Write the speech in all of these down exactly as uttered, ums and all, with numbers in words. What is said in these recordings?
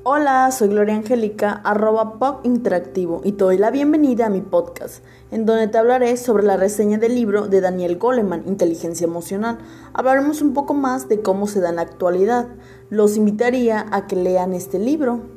Hola, soy Gloria Angélica, arroba Pop Interactivo, y te doy la bienvenida a mi podcast, en donde te hablaré sobre la reseña del libro de Daniel Goleman, Inteligencia Emocional. Hablaremos un poco más de cómo se da en la actualidad. Los invitaría a que lean este libro.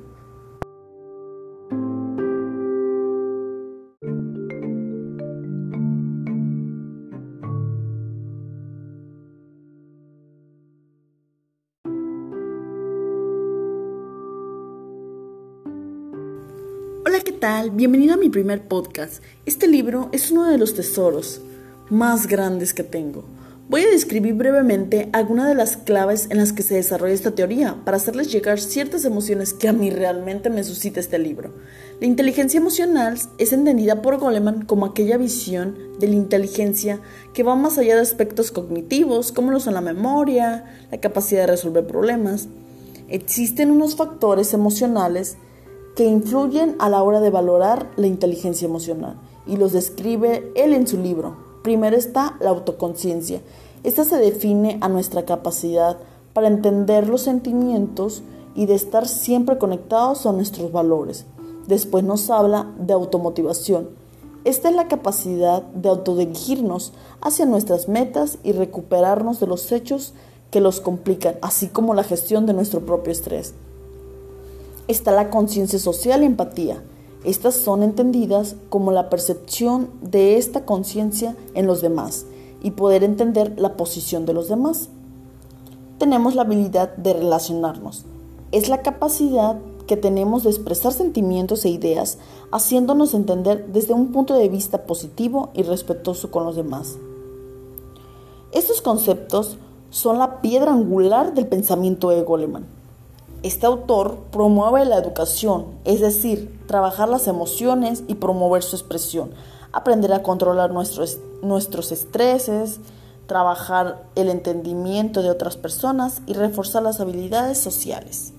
Hola, ¿qué tal? Bienvenido a mi primer podcast. Este libro es uno de los tesoros más grandes que tengo. Voy a describir brevemente algunas de las claves en las que se desarrolla esta teoría para hacerles llegar ciertas emociones que a mí realmente me suscita este libro. La inteligencia emocional es entendida por Goleman como aquella visión de la inteligencia que va más allá de aspectos cognitivos, como lo son la memoria, la capacidad de resolver problemas. Existen unos factores emocionales que influyen a la hora de valorar la inteligencia emocional, y los describe él en su libro. Primero está la autoconciencia. Esta se define a nuestra capacidad para entender los sentimientos y de estar siempre conectados a nuestros valores. Después nos habla de automotivación. Esta es la capacidad de autodirigirnos hacia nuestras metas y recuperarnos de los hechos que los complican, así como la gestión de nuestro propio estrés. Está la conciencia social y empatía. Estas son entendidas como la percepción de esta conciencia en los demás y poder entender la posición de los demás. Tenemos la habilidad de relacionarnos. Es la capacidad que tenemos de expresar sentimientos e ideas, haciéndonos entender desde un punto de vista positivo y respetuoso con los demás. Estos conceptos son la piedra angular del pensamiento de Goleman. Este autor promueve la educación, es decir, trabajar las emociones y promover su expresión, aprender a controlar nuestros, nuestros estreses, trabajar el entendimiento de otras personas y reforzar las habilidades sociales.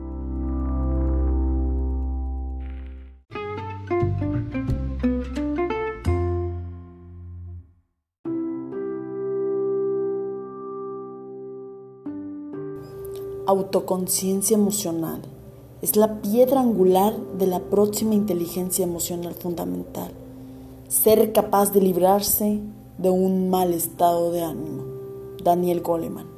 Autoconciencia emocional es la piedra angular de la próxima inteligencia emocional fundamental. Ser capaz de librarse de un mal estado de ánimo. Daniel Goleman.